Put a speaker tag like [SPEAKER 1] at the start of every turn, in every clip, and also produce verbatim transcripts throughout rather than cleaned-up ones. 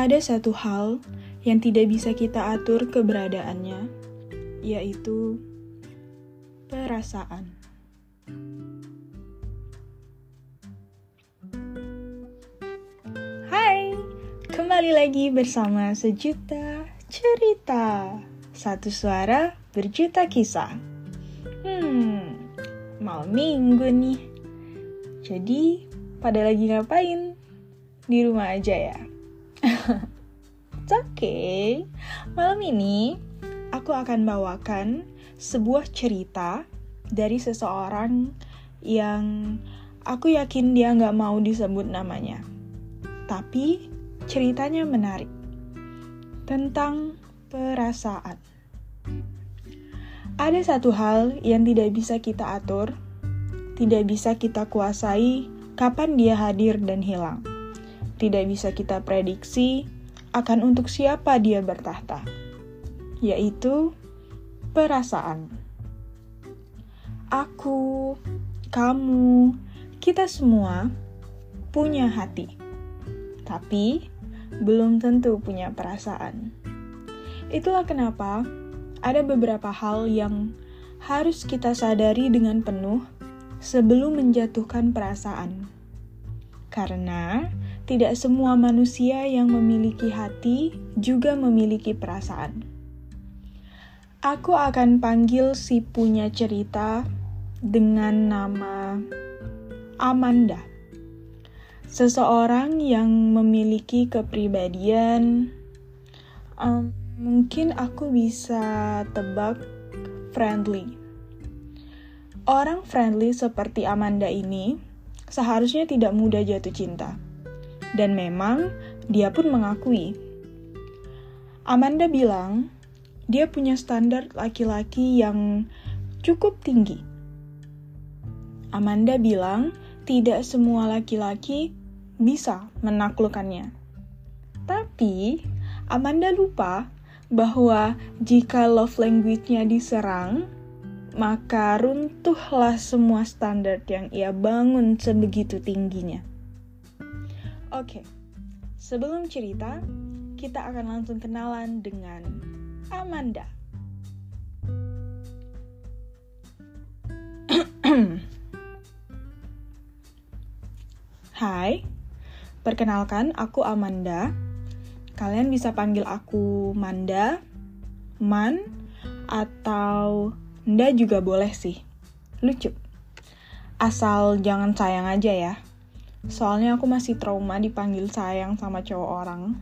[SPEAKER 1] Ada satu hal yang tidak bisa kita atur keberadaannya, yaitu perasaan. Hai, kembali lagi bersama Sejuta Cerita. Satu suara berjuta kisah. Hmm, malam minggu nih. Jadi, pada lagi ngapain? Di rumah aja ya? It's okay. Malam ini, aku akan bawakan sebuah cerita dari seseorang yang aku yakin dia gak mau disebut namanya. Tapi, ceritanya menarik. Tentang perasaan. Ada satu hal yang tidak bisa kita atur, tidak bisa kita kuasai kapan dia hadir dan hilang. Tidak bisa kita prediksi akan untuk siapa dia bertahta, yaitu perasaan. Aku, kamu, kita semua punya hati, tapi belum tentu punya perasaan. Itulah kenapa ada beberapa hal yang harus kita sadari dengan penuh sebelum menjatuhkan perasaan. Karena tidak semua manusia yang memiliki hati juga memiliki perasaan. Aku akan panggil si punya cerita dengan nama Amanda. Seseorang yang memiliki kepribadian, um, mungkin aku bisa tebak friendly. Orang friendly seperti Amanda ini seharusnya tidak mudah jatuh cinta. Dan memang dia pun mengakui. Amanda bilang dia punya standar laki-laki yang cukup tinggi. Amanda bilang tidak semua laki-laki bisa menaklukkannya. Tapi Amanda lupa bahwa jika love language-nya diserang, maka runtuhlah semua standar yang ia bangun sebegitu tingginya. Oke, sebelum cerita, kita akan langsung kenalan dengan Amanda. Hai, perkenalkan aku Amanda. Kalian bisa panggil aku Manda, Man, atau Nda juga boleh sih. Lucu. Asal jangan sayang aja ya. Soalnya aku masih trauma dipanggil sayang sama cowok orang.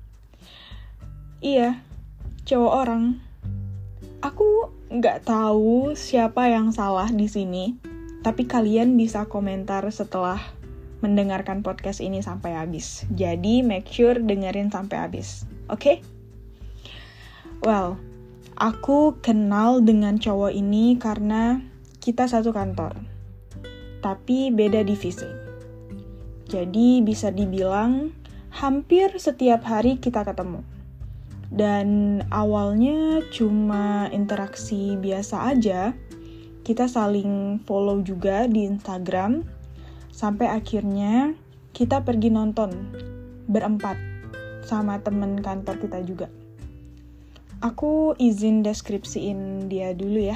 [SPEAKER 1] Iya, cowok orang. Aku nggak tahu siapa yang salah di sini, tapi kalian bisa komentar setelah mendengarkan podcast ini sampai habis. Jadi make sure dengerin sampai habis, oke? Okay? Well, aku kenal dengan cowok ini karena kita satu kantor, tapi beda divisi. Jadi bisa dibilang hampir setiap hari kita ketemu. Dan awalnya cuma interaksi biasa aja. Kita saling follow juga di Instagram. Sampai akhirnya kita pergi nonton berempat sama temen kantor kita juga. Aku izin deskripsiin dia dulu ya.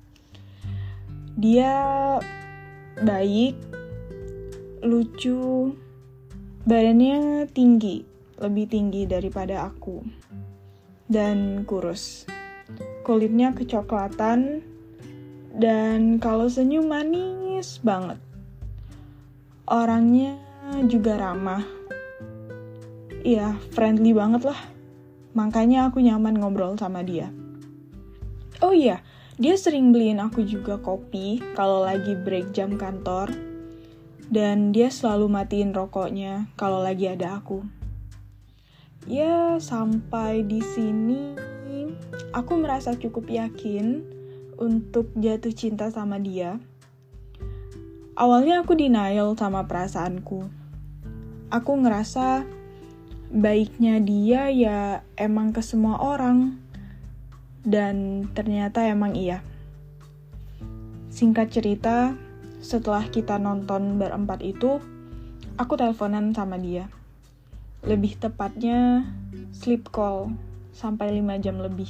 [SPEAKER 1] Dia baik, lucu, badannya tinggi, lebih tinggi daripada aku, dan kurus. Kulitnya kecoklatan, dan kalau senyum manis banget. Orangnya juga ramah. Iya, friendly banget lah. Makanya aku nyaman ngobrol sama dia. Oh iya, dia sering beliin aku juga kopi kalau lagi break jam kantor. Dan dia selalu matiin rokoknya kalau lagi ada aku. Ya, sampai di sini aku merasa cukup yakin untuk jatuh cinta sama dia. Awalnya aku denial sama perasaanku. Aku ngerasa baiknya dia ya emang ke semua orang. Dan ternyata emang iya. Singkat cerita, setelah kita nonton berempat itu, aku teleponan sama dia. Lebih tepatnya sleep call sampai lima jam lebih.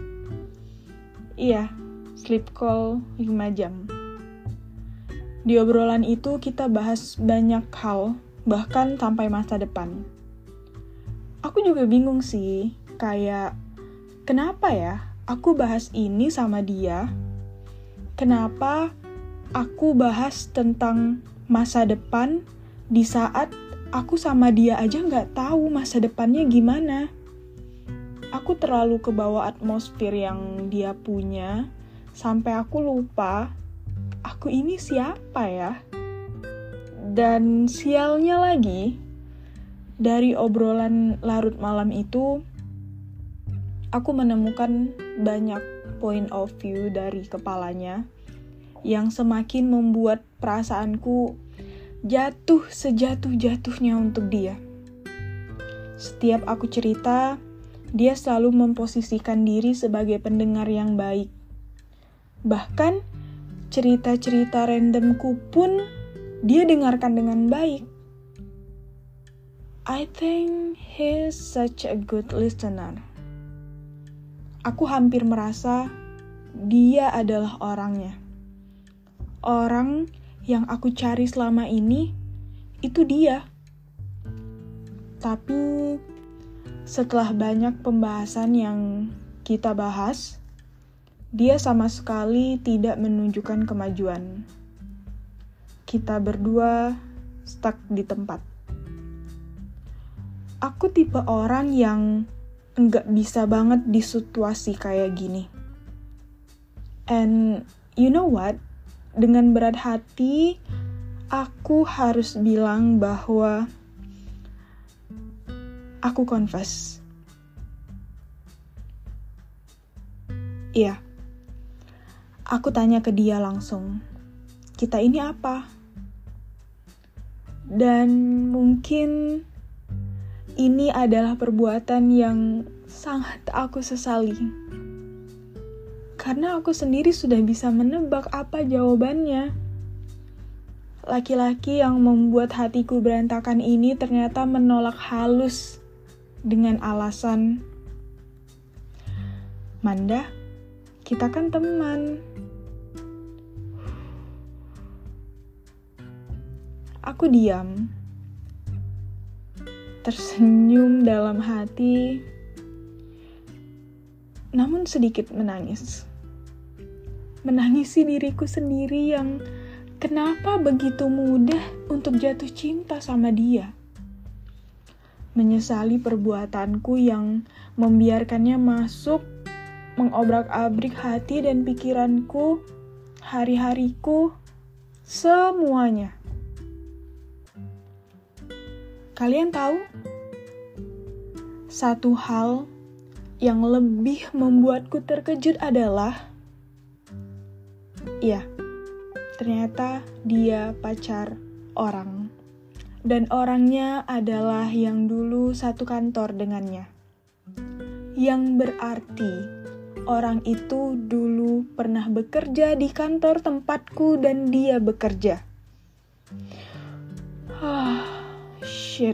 [SPEAKER 1] Iya, sleep call lima jam. Di obrolan itu kita bahas banyak hal, bahkan sampai masa depan. Aku juga bingung sih, kayak kenapa ya aku bahas ini sama dia? Kenapa aku bahas tentang masa depan di saat aku sama dia aja nggak tahu masa depannya gimana? Aku terlalu kebawa atmosfer yang dia punya, sampai aku lupa, aku ini siapa ya? Dan sialnya lagi, dari obrolan larut malam itu, aku menemukan banyak point of view dari kepalanya, yang semakin membuat perasaanku jatuh sejatuh-jatuhnya untuk dia. Setiap aku cerita, dia selalu memposisikan diri sebagai pendengar yang baik. Bahkan, cerita-cerita randomku pun dia dengarkan dengan baik. I think he's such a good listener. Aku hampir merasa dia adalah orangnya. Orang yang aku cari selama ini, itu dia. Tapi setelah banyak pembahasan yang kita bahas, dia sama sekali tidak menunjukkan kemajuan. Kita berdua stuck di tempat. Aku tipe orang yang enggak bisa banget di situasi kayak gini. And you know what? Dengan berat hati, aku harus bilang bahwa aku confess. Iya. Aku tanya ke dia langsung, kita ini apa? Dan mungkin ini adalah perbuatan yang sangat aku sesali. Karena aku sendiri sudah bisa menebak apa jawabannya. Laki-laki yang membuat hatiku berantakan ini ternyata menolak halus dengan alasan, Manda, kita kan teman. Aku diam, tersenyum dalam hati, namun sedikit menangis. Menangisi diriku sendiri yang kenapa begitu mudah untuk jatuh cinta sama dia. Menyesali perbuatanku yang membiarkannya masuk, mengobrak-abrik hati dan pikiranku, hari-hariku, semuanya. Kalian tahu? Satu hal yang lebih membuatku terkejut adalah, ya, ternyata dia pacar orang. Dan orangnya adalah yang dulu satu kantor dengannya. Yang berarti orang itu dulu pernah bekerja di kantor tempatku dan dia bekerja. Ah, shit.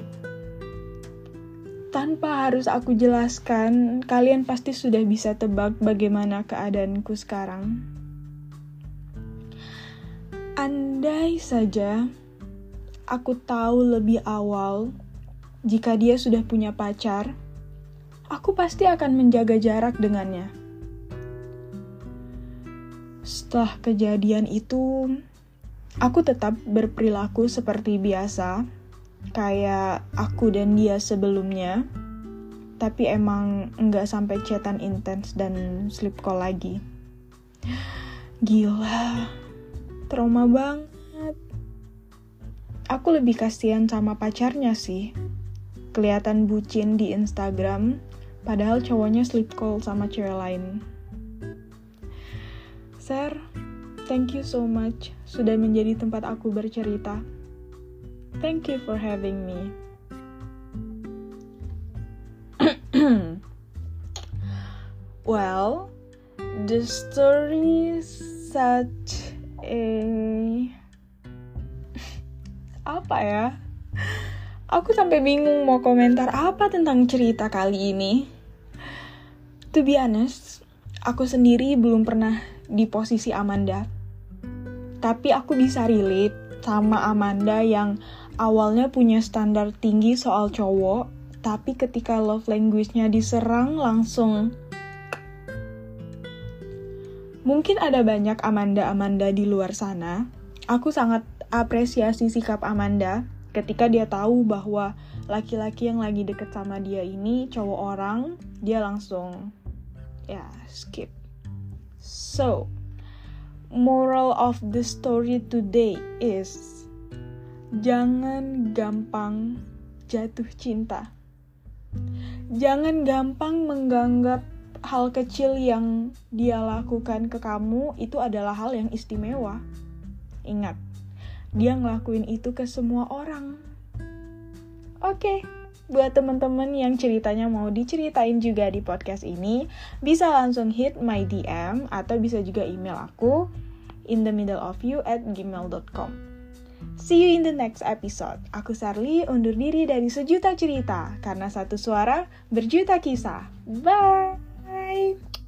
[SPEAKER 1] Tanpa harus aku jelaskan, kalian pasti sudah bisa tebak bagaimana keadaanku sekarang. Andai saja aku tahu lebih awal jika dia sudah punya pacar, aku pasti akan menjaga jarak dengannya. Setelah kejadian itu, aku tetap berperilaku seperti biasa, kayak aku dan dia sebelumnya, tapi emang nggak sampai chatan intens dan sleep call lagi. Gila, trauma banget. Aku lebih kasihan sama pacarnya sih. Kelihatan bucin di Instagram, padahal cowoknya sleep call sama cewek lain. Sir, thank you so much sudah menjadi tempat aku bercerita. Thank you for having me. Well, the story is such a... apa ya? Aku sampai bingung mau komentar apa tentang cerita kali ini. To be honest, aku sendiri belum pernah di posisi Amanda. Tapi aku bisa relate sama Amanda yang awalnya punya standar tinggi soal cowok, tapi ketika love language-nya diserang langsung. Mungkin ada banyak Amanda-Amanda di luar sana. Aku sangat apresiasi sikap Amanda ketika dia tahu bahwa laki-laki yang lagi deket sama dia ini cowok orang, dia langsung ya skip. So, moral of the story today is jangan gampang jatuh cinta. Jangan gampang menganggap hal kecil yang dia lakukan ke kamu itu adalah hal yang istimewa. Ingat, dia ngelakuin itu ke semua orang. Oke, buat teman-teman yang ceritanya mau diceritain juga di podcast ini, bisa langsung hit my D M atau bisa juga email aku in the middle of you at gmail dot com. See you in the next episode. Aku Sarli, undur diri dari sejuta cerita, karena satu suara berjuta kisah. Bye!